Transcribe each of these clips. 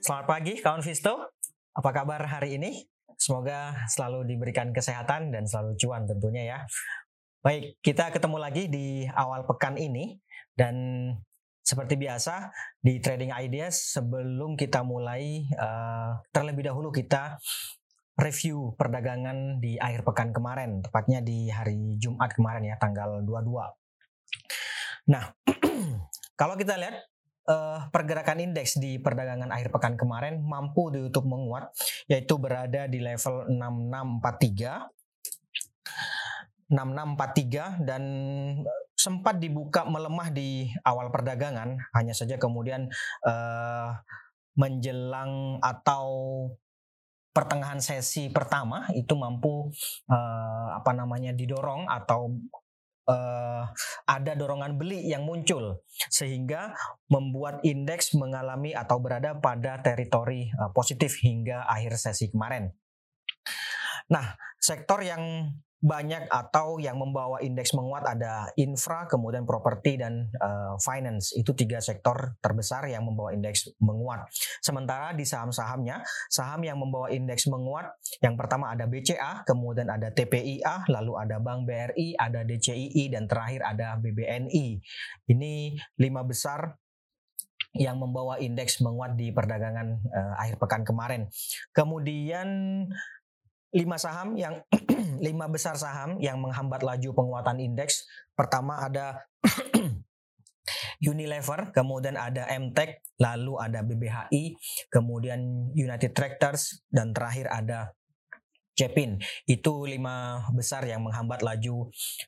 Selamat pagi kawan Visto, apa kabar hari ini? Semoga selalu diberikan kesehatan dan selalu cuan tentunya ya. Baik, kita ketemu lagi di awal pekan ini dan seperti biasa di Trading Ideas sebelum kita mulai terlebih dahulu kita review perdagangan di akhir pekan kemarin, tepatnya di hari Jumat kemarin ya, tanggal 22. Nah, kalau kita lihat pergerakan indeks di perdagangan akhir pekan kemarin mampu ditutup menguat, yaitu berada di level 6643 dan sempat dibuka melemah di awal perdagangan, hanya saja kemudian menjelang atau pertengahan sesi pertama itu mampu didorong atau ada dorongan beli yang muncul sehingga membuat indeks mengalami atau berada pada teritori positif hingga akhir sesi kemarin. Nah, sektor yang banyak atau yang membawa indeks menguat ada infra, kemudian properti dan finance. Itu 3 sektor terbesar yang membawa indeks menguat. Sementara di saham-sahamnya, saham yang membawa indeks menguat, yang pertama ada BCA, kemudian ada TPIA, lalu ada Bank BRI, ada DCII, dan terakhir ada BBNI. Ini 5 besar yang membawa indeks menguat di perdagangan akhir pekan kemarin. Kemudian 5 besar saham yang menghambat laju penguatan indeks. Pertama ada Unilever, kemudian ada MTech, lalu ada BBHI, kemudian United Tractors, dan terakhir ada Cepin. Itu 5 besar yang menghambat laju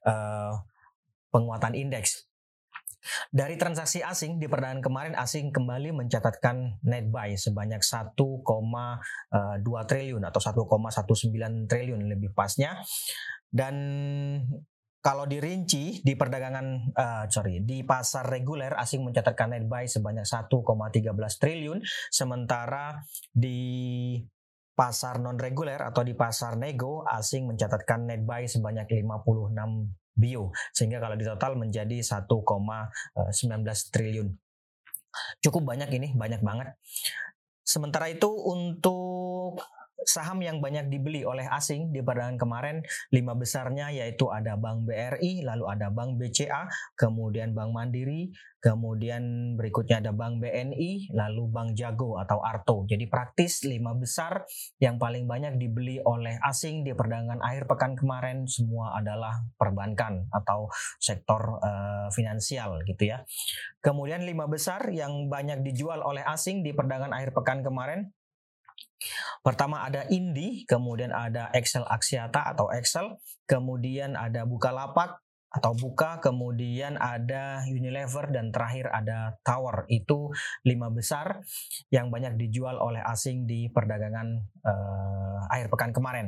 penguatan indeks. Dari transaksi asing di perdagangan kemarin, asing kembali mencatatkan net buy sebanyak 1,2 triliun atau 1,19 triliun lebih pasnya. Dan kalau dirinci di perdagangan di pasar reguler, asing mencatatkan net buy sebanyak 1,13 triliun, sementara di pasar non reguler atau di pasar nego, asing mencatatkan net buy sebanyak 56 bio, sehingga kalau di total menjadi 1,19 triliun. Cukup banyak ini, banyak banget. Sementara itu untuk saham yang banyak dibeli oleh asing di perdagangan kemarin, 5 besarnya yaitu ada Bank BRI, lalu ada Bank BCA, kemudian Bank Mandiri, kemudian berikutnya ada Bank BNI, lalu Bank Jago atau Arto. Jadi praktis 5 besar yang paling banyak dibeli oleh asing di perdagangan akhir pekan kemarin semua adalah perbankan atau sektor finansial gitu ya. Kemudian 5 besar yang banyak dijual oleh asing di perdagangan akhir pekan kemarin, pertama ada Indi, kemudian ada Excel Axiata atau Excel, kemudian ada Bukalapak atau Buka, kemudian ada Unilever, dan terakhir ada Tower. Itu 5 besar yang banyak dijual oleh asing di perdagangan akhir pekan kemarin.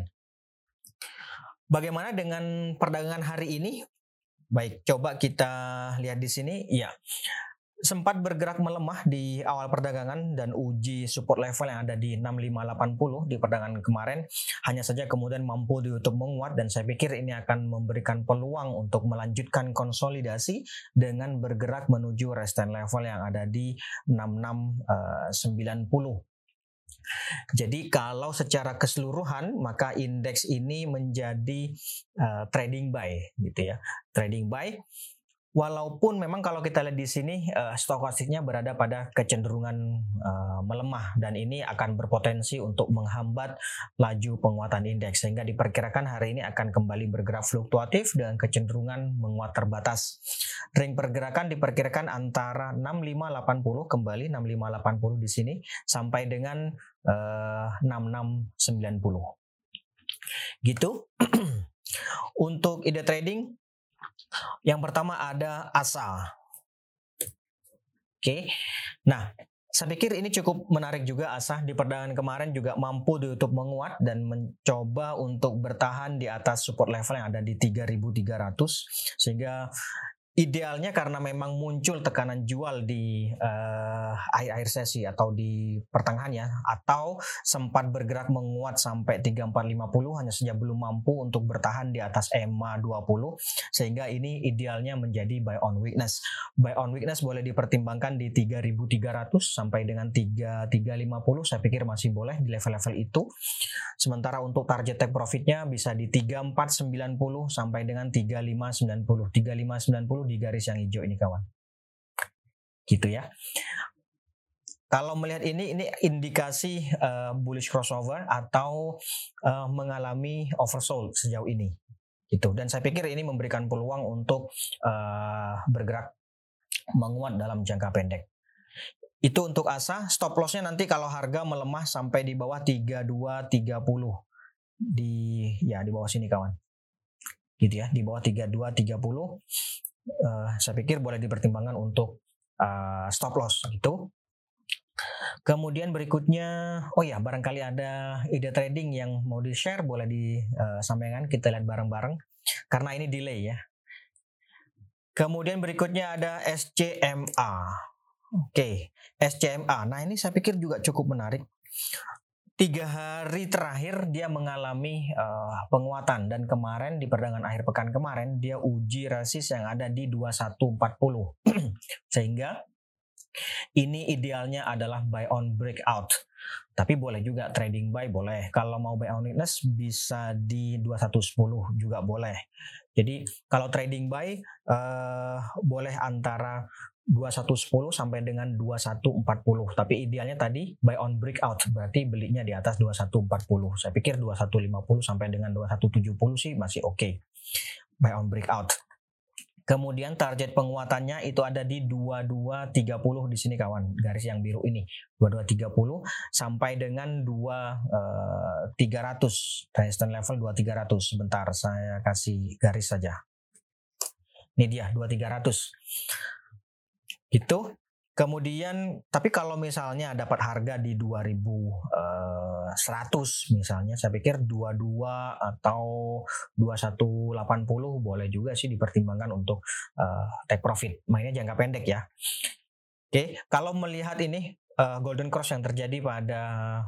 Bagaimana dengan perdagangan hari ini? Baik, coba kita lihat di sini. Ya, sempat bergerak melemah di awal perdagangan dan uji support level yang ada di 6580 di perdagangan kemarin. Hanya saja kemudian mampu ditutup menguat dan saya pikir ini akan memberikan peluang untuk melanjutkan konsolidasi dengan bergerak menuju resistance level yang ada di 6690. Jadi kalau secara keseluruhan maka indeks ini menjadi trading buy gitu ya. Trading buy. Walaupun memang kalau kita lihat di sini stokastiknya berada pada kecenderungan melemah dan ini akan berpotensi untuk menghambat laju penguatan indeks sehingga diperkirakan hari ini akan kembali bergerak fluktuatif dengan kecenderungan menguat terbatas. Ring pergerakan diperkirakan antara 6580 kembali 6580 di sini sampai dengan 6690. Gitu. Untuk ide trading yang pertama ada ASA. Oke. Nah, saya pikir ini cukup menarik juga. ASA di perdagangan kemarin juga mampu ditutup menguat dan mencoba untuk bertahan di atas support level yang ada di 3.300 sehingga Idealnya karena memang muncul tekanan jual di akhir sesi atau di pertengahan ya, atau sempat bergerak menguat sampai 3450 hanya saja belum mampu untuk bertahan di atas EMA 20, sehingga ini idealnya menjadi buy on weakness. Buy on weakness boleh dipertimbangkan di 3300 sampai dengan 3350, saya pikir masih boleh di level-level itu. Sementara untuk target take profitnya bisa di 3490 sampai dengan 3590. 3590 di garis yang hijau ini kawan. Gitu ya. Kalau melihat ini indikasi bullish crossover atau mengalami oversold sejauh ini. Gitu. Dan saya pikir ini memberikan peluang untuk bergerak menguat dalam jangka pendek. Itu untuk ASA. Stop lossnya nanti kalau harga melemah sampai di bawah 3230 di bawah sini kawan. Gitu ya, di bawah 3230 saya pikir boleh dipertimbangkan untuk stop loss gitu. Kemudian berikutnya, barangkali ada ide trading yang mau di-share, boleh disampaikan, kita lihat bareng-bareng karena ini delay ya. Kemudian berikutnya ada SCMA. Oke, SCMA. Nah, ini saya pikir juga cukup menarik. 3 hari terakhir dia mengalami penguatan, dan kemarin di perdagangan akhir pekan kemarin dia uji resist yang ada di 2140. Sehingga ini idealnya adalah buy on breakout. Tapi boleh juga trading buy, boleh. Kalau mau buy on weakness bisa di 2110 juga boleh. Jadi kalau trading buy boleh antara 2110 sampai dengan 2140. Tapi idealnya tadi buy on breakout, berarti belinya di atas 2140. Saya pikir 2150 sampai dengan 2170 sih masih oke. Buy on breakout. Kemudian target penguatannya itu ada di 2230 di sini kawan, garis yang biru ini. 2230 sampai dengan 2300. Resistance level 2300. Sebentar saya kasih garis saja. Ini dia 2300. Gitu. Kemudian tapi kalau misalnya dapat harga di 2100 misalnya, saya pikir 22 atau 2180 boleh juga sih dipertimbangkan untuk take profit. Mainnya jangka pendek ya. Oke, kalau melihat ini golden cross yang terjadi pada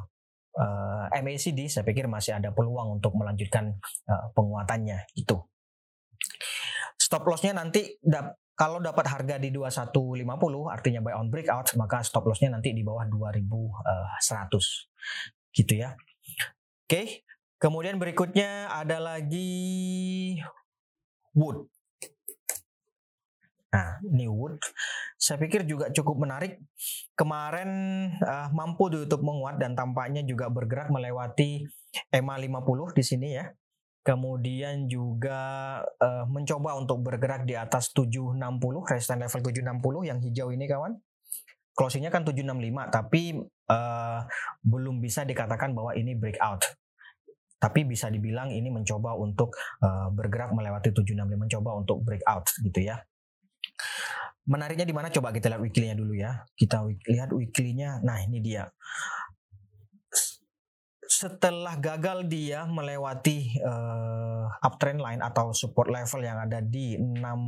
MACD, saya pikir masih ada peluang untuk melanjutkan penguatannya itu. Stop lossnya nanti kalau dapat harga di 2150 artinya buy on breakout, maka stop lossnya nanti di bawah 2100 gitu ya. Oke, kemudian berikutnya ada lagi Wood. Nah, ini Wood saya pikir juga cukup menarik. Kemarin mampu ditutup menguat dan tampaknya juga bergerak melewati EMA 50 di sini ya. Kemudian juga mencoba untuk bergerak di atas 760, resistance level 760 yang hijau ini kawan. Closingnya kan 765, tapi belum bisa dikatakan bahwa ini breakout. Tapi bisa dibilang ini mencoba untuk bergerak melewati 765, mencoba untuk breakout gitu ya. Menariknya di mana? Coba kita lihat weekly-nya dulu ya. Kita lihat weekly-nya. Nah, ini dia. Setelah gagal dia melewati uptrend line atau support level yang ada di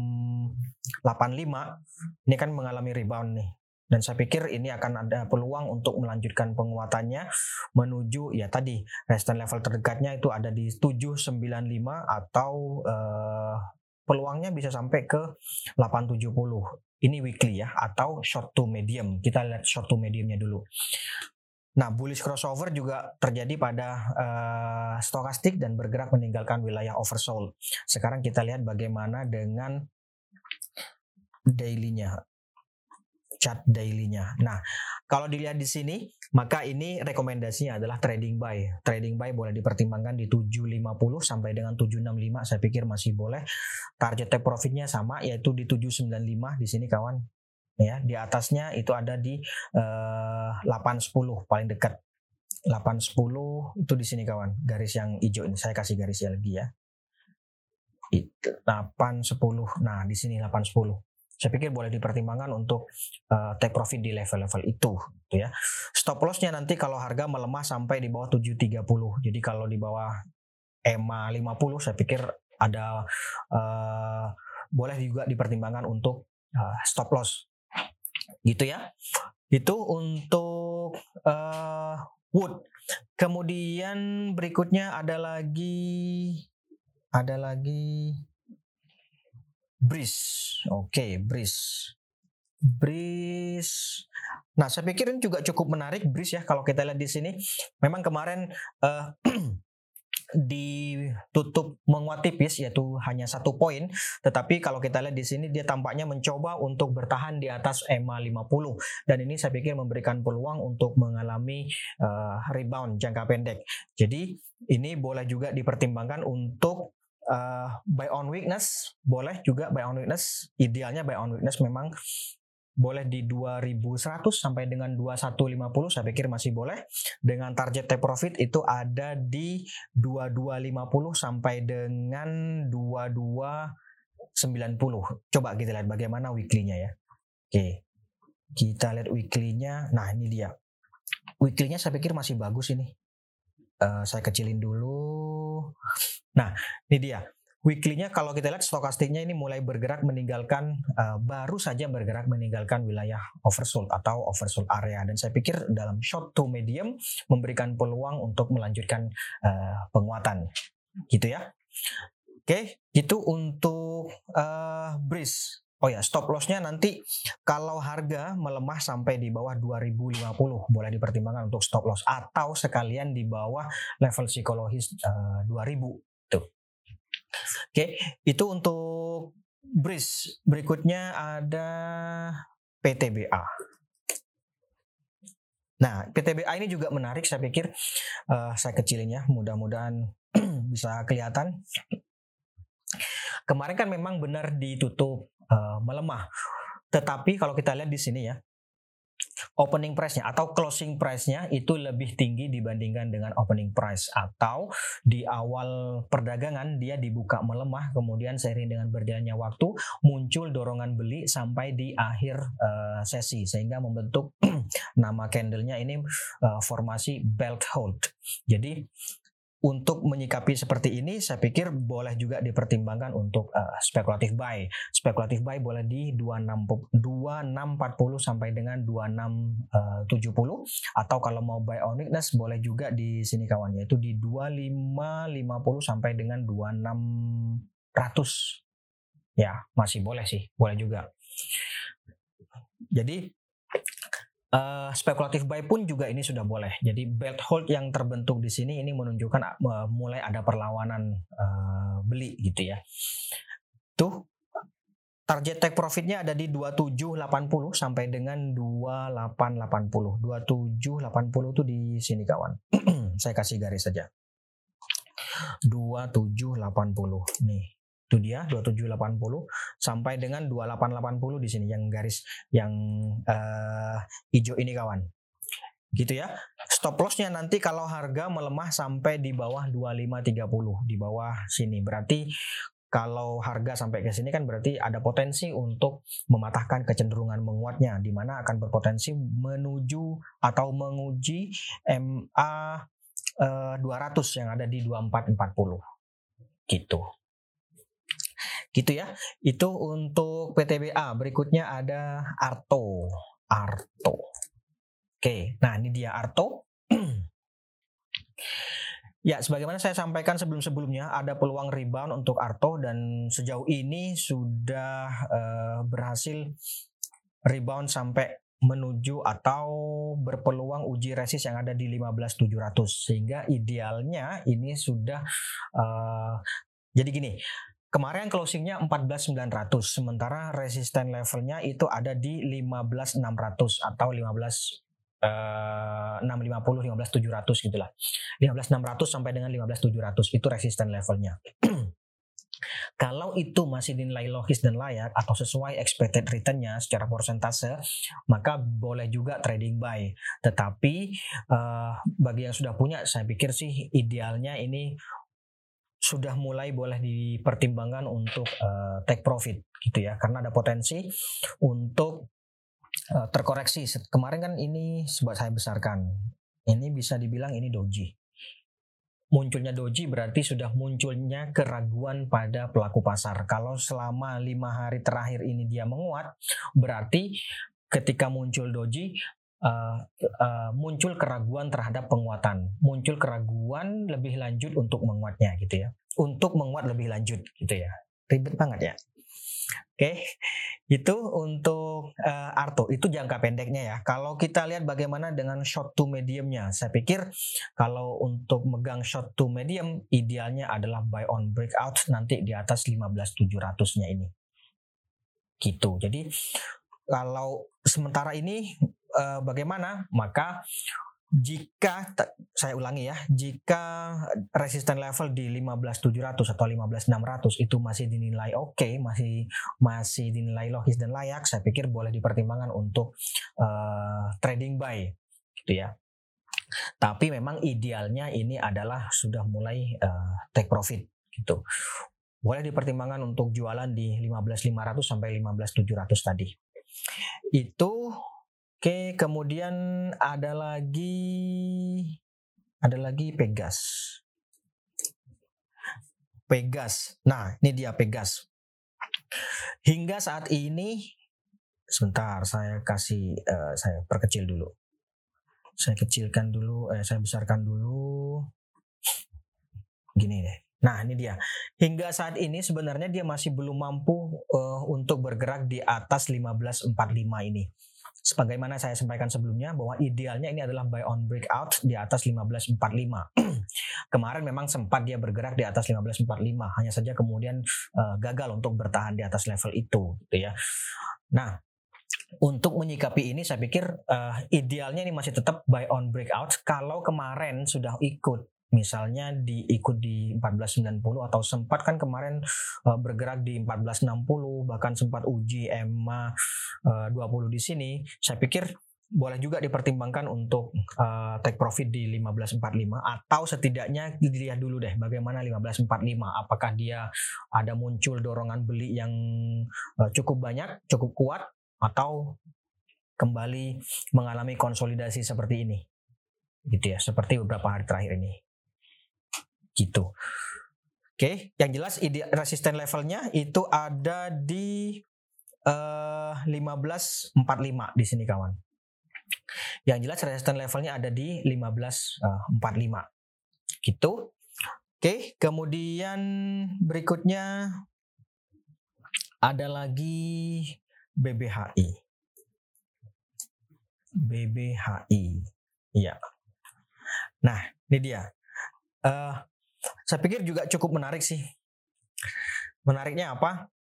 685, ini kan mengalami rebound nih. Dan saya pikir ini akan ada peluang untuk melanjutkan penguatannya menuju ya tadi resistance level terdekatnya itu ada di 795 atau peluangnya bisa sampai ke 870. Ini weekly ya, atau short to medium. Kita lihat short to mediumnya dulu. Nah, bullish crossover juga terjadi pada stokastik dan bergerak meninggalkan wilayah oversold. Sekarang kita lihat bagaimana dengan daily-nya, chart daily-nya. Nah, kalau dilihat di sini, maka ini rekomendasinya adalah trading buy. Trading buy boleh dipertimbangkan di 750 sampai dengan 765. Saya pikir masih boleh. Target take profitnya sama, yaitu di 795 di sini kawan. Ya, di atasnya itu ada di 810 paling dekat. 810 itu di sini kawan, garis yang hijau ini saya kasih garisnya lagi ya. Itu 810. Nah, di sini 810. Saya pikir boleh dipertimbangkan untuk take profit di level-level itu gitu ya. Stop loss-nya nanti kalau harga melemah sampai di bawah 730. Jadi kalau di bawah EMA 50 saya pikir ada boleh juga dipertimbangkan untuk stop loss. Gitu ya. Itu untuk Wood. Kemudian berikutnya ada lagi Breeze. Oke, Breeze. Nah, saya pikir ini juga cukup menarik Breeze ya. Kalau kita lihat di sini, memang kemarin ditutup menguat tipis, yaitu hanya 1 poin. Tetapi kalau kita lihat di sini, dia tampaknya mencoba untuk bertahan di atas EMA 50, dan ini saya pikir memberikan peluang untuk mengalami rebound jangka pendek. Jadi ini boleh juga dipertimbangkan untuk buy on weakness. Boleh juga buy on weakness. Idealnya buy on weakness memang boleh di 2100 sampai dengan 2150, saya pikir masih boleh. Dengan target take profit itu ada di 2250 sampai dengan 2290. Coba kita lihat bagaimana weekly-nya ya. Oke. Kita lihat weekly-nya. Nah, ini dia. Weekly-nya saya pikir masih bagus ini. Saya kecilin dulu. Nah, ini dia. Weekly-nya kalau kita lihat stokastiknya ini mulai bergerak meninggalkan, baru saja bergerak meninggalkan wilayah oversold atau oversold area, dan saya pikir dalam short to medium memberikan peluang untuk melanjutkan penguatan gitu ya. Oke, itu untuk Breeze. Oh ya, stop loss-nya nanti kalau harga melemah sampai di bawah 2050 boleh dipertimbangkan untuk stop loss, atau sekalian di bawah level psikologis 2000 tuh. Oke, itu untuk Breeze. Berikutnya ada PTBA. Nah, PTBA ini juga menarik, saya pikir. Saya kecilin ya, mudah-mudahan bisa kelihatan. Kemarin kan memang benar ditutup melemah. Tetapi kalau kita lihat di sini ya, opening price-nya atau closing price-nya itu lebih tinggi dibandingkan dengan opening price, atau di awal perdagangan dia dibuka melemah, kemudian seiring dengan berjalannya waktu muncul dorongan beli sampai di akhir sesi, sehingga membentuk nama candle-nya ini formasi belt hold. Jadi untuk menyikapi seperti ini, saya pikir boleh juga dipertimbangkan untuk spekulatif buy. Spekulatif buy boleh di 2640 sampai dengan 2670, atau kalau mau buy on weakness boleh juga di sini kawan, yaitu di 2550 sampai dengan 2600. Ya, masih boleh sih, boleh juga. Jadi spekulatif buy pun juga ini sudah boleh. Jadi belt hold yang terbentuk di sini ini menunjukkan mulai ada perlawanan beli gitu ya. Tuh target take profitnya ada di 2780 sampai dengan 2880. 2780 tuh di sini kawan. Saya kasih garis saja. 2780 nih. Itu dia 2780 sampai dengan 2880 di sini yang garis yang hijau ini kawan. Gitu ya. Stop loss-nya nanti kalau harga melemah sampai di bawah 2530, di bawah sini. Berarti kalau harga sampai ke sini kan berarti ada potensi untuk mematahkan kecenderungan menguatnya, di mana akan berpotensi menuju atau menguji MA 200 yang ada di 2440. Gitu. Gitu ya. Itu untuk PTBA. Berikutnya ada Arto. Oke, nah ini dia Arto. Ya, sebagaimana saya sampaikan sebelum-sebelumnya, ada peluang rebound untuk Arto, dan sejauh ini sudah berhasil rebound sampai menuju atau berpeluang uji resist yang ada di 15.700, sehingga idealnya ini sudah jadi gini. Kemarin closingnya 14.900, sementara resisten levelnya itu ada di 15.600 atau 650, 15.700 gitulah. 15.600 sampai dengan 15.700 itu resisten levelnya. Kalau itu masih dinilai logis dan layak atau sesuai expected return-nya secara persentase, maka boleh juga trading buy. Tetapi bagi yang sudah punya, saya pikir sih idealnya ini sudah mulai boleh dipertimbangkan untuk take profit gitu ya, karena ada potensi untuk terkoreksi. Kemarin kan ini sebab saya besarkan, ini bisa dibilang ini doji. munculnya doji berarti sudah munculnya keraguan pada pelaku pasar. Kalau selama 5 hari terakhir ini dia menguat, berarti ketika muncul doji muncul keraguan terhadap penguatan, muncul keraguan lebih lanjut untuk menguatnya gitu ya, untuk menguat lebih lanjut gitu ya. Ribet banget ya. Oke, itu untuk Arto, itu jangka pendeknya ya. Kalau kita lihat bagaimana dengan short to mediumnya, saya pikir kalau untuk megang short to medium, idealnya adalah buy on breakout nanti di atas 15.700-nya ini. Gitu. Jadi kalau sementara ini bagaimana? Maka jika saya ulangi ya, jika resisten level di 15.700 atau 15.600 itu masih dinilai oke, masih dinilai logis dan layak, saya pikir boleh dipertimbangkan untuk trading buy gitu ya. Tapi memang idealnya ini adalah sudah mulai take profit gitu. Boleh dipertimbangkan untuk jualan di 15.500 sampai 15.700 tadi. Itu oke, kemudian ada lagi Pegas. Nah, ini dia Pegas. Hingga saat ini, sebentar saya perkecil dulu. Saya kecilkan dulu, saya besarkan dulu. Gini deh. Nah, ini dia. Hingga saat ini sebenarnya dia masih belum mampu untuk bergerak di atas 15.45 ini. Sebagaimana saya sampaikan sebelumnya bahwa idealnya ini adalah buy on breakout di atas 15.45. Kemarin memang sempat dia bergerak di atas 15.45, hanya saja kemudian gagal untuk bertahan di atas level itu gitu ya. Nah, untuk menyikapi ini saya pikir idealnya ini masih tetap buy on breakout. Kalau kemarin sudah ikut misalnya diikut di 14.90 atau sempat kan kemarin bergerak di 14.60, bahkan sempat uji EMA 20 di sini, saya pikir boleh juga dipertimbangkan untuk take profit di 15.45 atau setidaknya dilihat dulu deh bagaimana 15.45, apakah dia ada muncul dorongan beli yang cukup banyak, cukup kuat, atau kembali mengalami konsolidasi seperti ini gitu ya, seperti beberapa hari terakhir ini gitu. Oke, yang jelas resisten levelnya itu ada di 15.45 di sini kawan. Yang jelas resisten levelnya ada di 15.45 gitu. Oke, kemudian berikutnya ada lagi BBHI. Iya. Nah, ini dia. Saya pikir juga cukup menarik sih. Menariknya apa?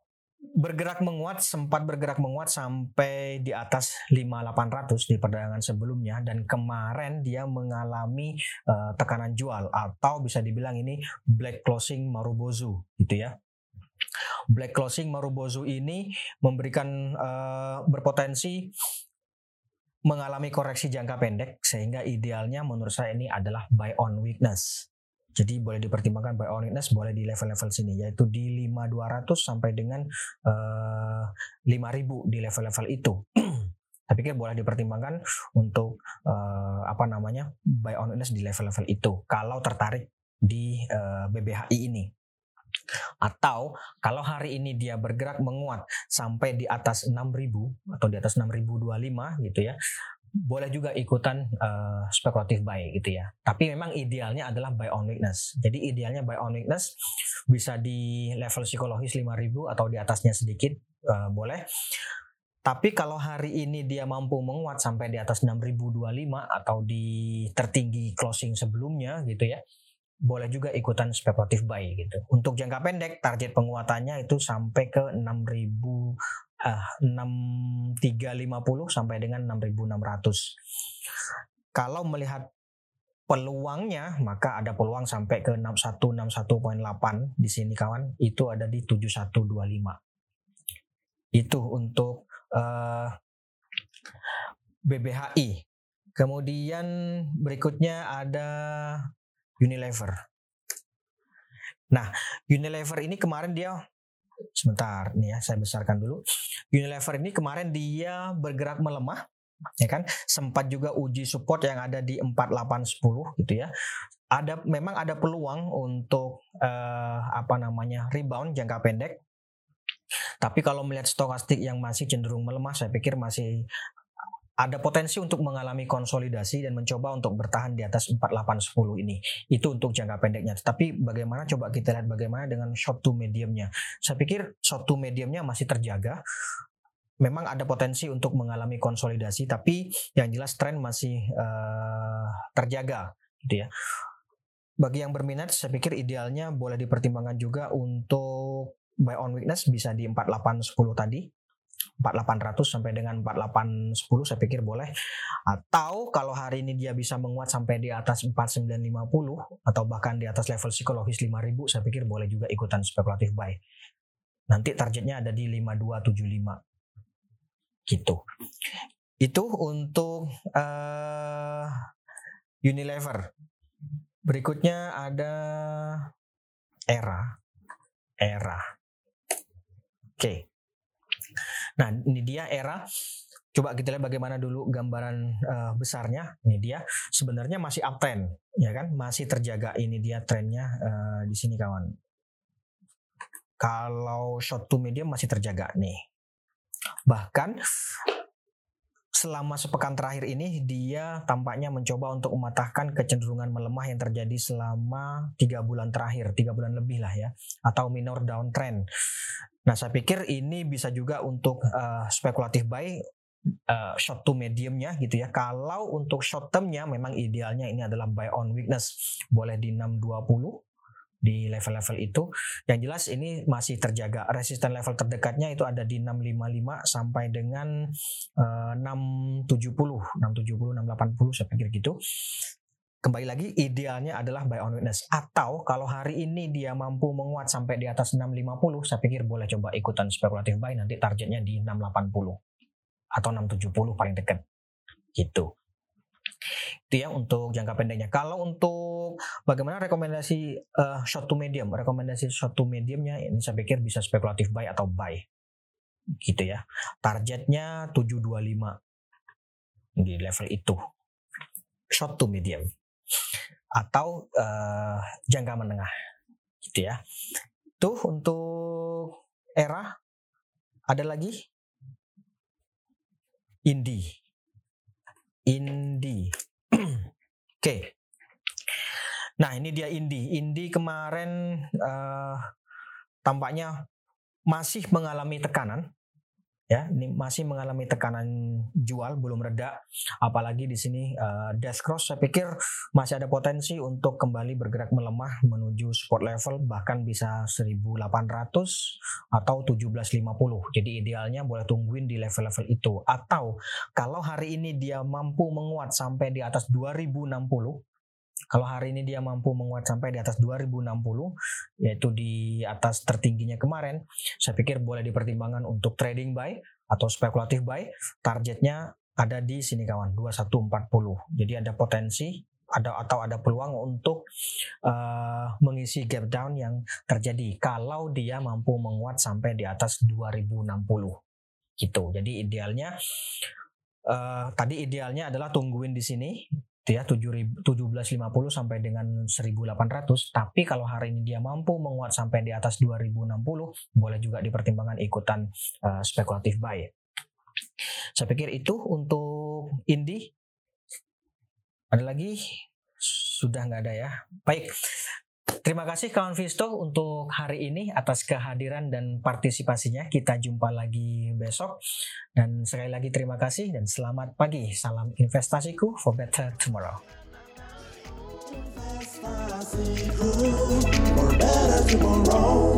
Sempat bergerak menguat sampai di atas 5.800 di perdagangan sebelumnya, dan kemarin dia mengalami tekanan jual atau bisa dibilang ini black closing Marubozu gitu ya. Black closing Marubozu ini memberikan berpotensi mengalami koreksi jangka pendek, sehingga idealnya menurut saya ini adalah buy on weakness. Jadi boleh dipertimbangkan buy on weakness boleh di level-level sini, yaitu di 5.200 sampai dengan 5.000 di level-level itu. Saya pikir boleh dipertimbangkan untuk buy on weakness di level-level itu kalau tertarik di BBHI ini. Atau kalau hari ini dia bergerak menguat sampai di atas 6.000 atau di atas 6.025 gitu ya, boleh juga ikutan spekulatif buy gitu ya. Tapi memang idealnya adalah buy on weakness. Jadi idealnya buy on weakness bisa di level psikologis 5.000 atau di atasnya sedikit boleh. Tapi kalau hari ini dia mampu menguat sampai di atas 6.025 atau di tertinggi closing sebelumnya gitu ya, boleh juga ikutan spekulatif buy gitu. Untuk jangka pendek target penguatannya itu sampai ke 6.350 sampai dengan 6.600. Kalau melihat peluangnya, maka ada peluang sampai ke 61.8 di sini kawan, itu ada di 7125. Itu untuk BBHI. Kemudian berikutnya ada Unilever. Nah, Unilever ini kemarin dia sebentar nih ya, saya besarkan dulu. Unilever ini kemarin dia bergerak melemah, ya kan? Sempat juga uji support yang ada di 4810 gitu ya. memang ada peluang untuk rebound jangka pendek. Tapi kalau melihat stokastik yang masih cenderung melemah, saya pikir masih ada potensi untuk mengalami konsolidasi dan mencoba untuk bertahan di atas 4810 ini. Itu untuk jangka pendeknya. Tapi bagaimana, coba kita lihat bagaimana dengan short to mediumnya. Saya pikir short to mediumnya masih terjaga. Memang ada potensi untuk mengalami konsolidasi, tapi yang jelas tren masih terjaga, gitu ya. Bagi yang berminat, saya pikir idealnya boleh dipertimbangkan juga untuk buy on weakness bisa di 4810 tadi. 4800 sampai dengan 4810 saya pikir boleh. Atau kalau hari ini dia bisa menguat sampai di atas 4950 atau bahkan di atas level psikologis 5000, saya pikir boleh juga ikutan spekulatif buy. Nanti targetnya ada di 5275. Gitu. Itu untuk Unilever. Berikutnya ada ERA. Oke. Nah, ini dia ERA. Coba kita lihat bagaimana dulu gambaran besarnya. Ini dia. Sebenarnya masih uptrend, ya kan? Masih terjaga. Ini dia trennya di sini, kawan. Kalau short to medium masih terjaga nih. Bahkan selama sepekan terakhir ini dia tampaknya mencoba untuk mematahkan kecenderungan melemah yang terjadi selama 3 bulan terakhir, 3 bulan lebih lah ya, atau minor downtrend. Nah, saya pikir ini bisa juga untuk spekulatif buy short to mediumnya gitu ya. Kalau untuk short termnya memang idealnya ini adalah buy on weakness, boleh di 620 di level-level itu. Yang jelas ini masih terjaga. Resisten level terdekatnya itu ada di 655 sampai dengan 670, 680 saya pikir gitu. Kembali lagi, idealnya adalah buy on weakness. Atau kalau hari ini dia mampu menguat sampai di atas 650, saya pikir boleh coba ikutan spekulatif buy, nanti targetnya di 680 atau 670 paling dekat gitu. Itu ya untuk jangka pendeknya. Kalau untuk bagaimana rekomendasi short to medium, rekomendasi short to mediumnya ini saya pikir bisa spekulatif buy atau buy gitu ya. Targetnya 725 di level itu, short to medium atau jangka menengah gitu ya. Tuh untuk ERA. Ada lagi Indi. Oke. Nah, ini dia Indi kemarin tampaknya masih mengalami tekanan ya, ini masih mengalami tekanan jual, belum reda, apalagi di sini death cross. Saya pikir masih ada potensi untuk kembali bergerak melemah menuju support level, bahkan bisa 1800 atau 1750. Jadi idealnya boleh tungguin di level-level itu. Atau kalau hari ini dia mampu menguat sampai di atas 2060, kalau hari ini dia mampu menguat sampai di atas 2060, yaitu di atas tertingginya kemarin, saya pikir boleh dipertimbangkan untuk trading buy atau spekulatif buy. Targetnya ada di sini kawan, 2140. Jadi ada potensi atau ada peluang untuk mengisi gap down yang terjadi kalau dia mampu menguat sampai di atas 2060 gitu. Jadi idealnya tadi idealnya adalah tungguin di sini ya, 1750 sampai dengan 1800. Tapi kalau hari ini dia mampu menguat sampai di atas 2060, boleh juga dipertimbangkan ikutan spekulatif buy. Saya pikir itu untuk Indi. Ada lagi? Sudah nggak ada ya. Baik. Terima kasih kawan Visto untuk hari ini atas kehadiran dan partisipasinya. Kita jumpa lagi besok. Dan sekali lagi terima kasih dan selamat pagi. Salam investasiku for better tomorrow. For better tomorrow.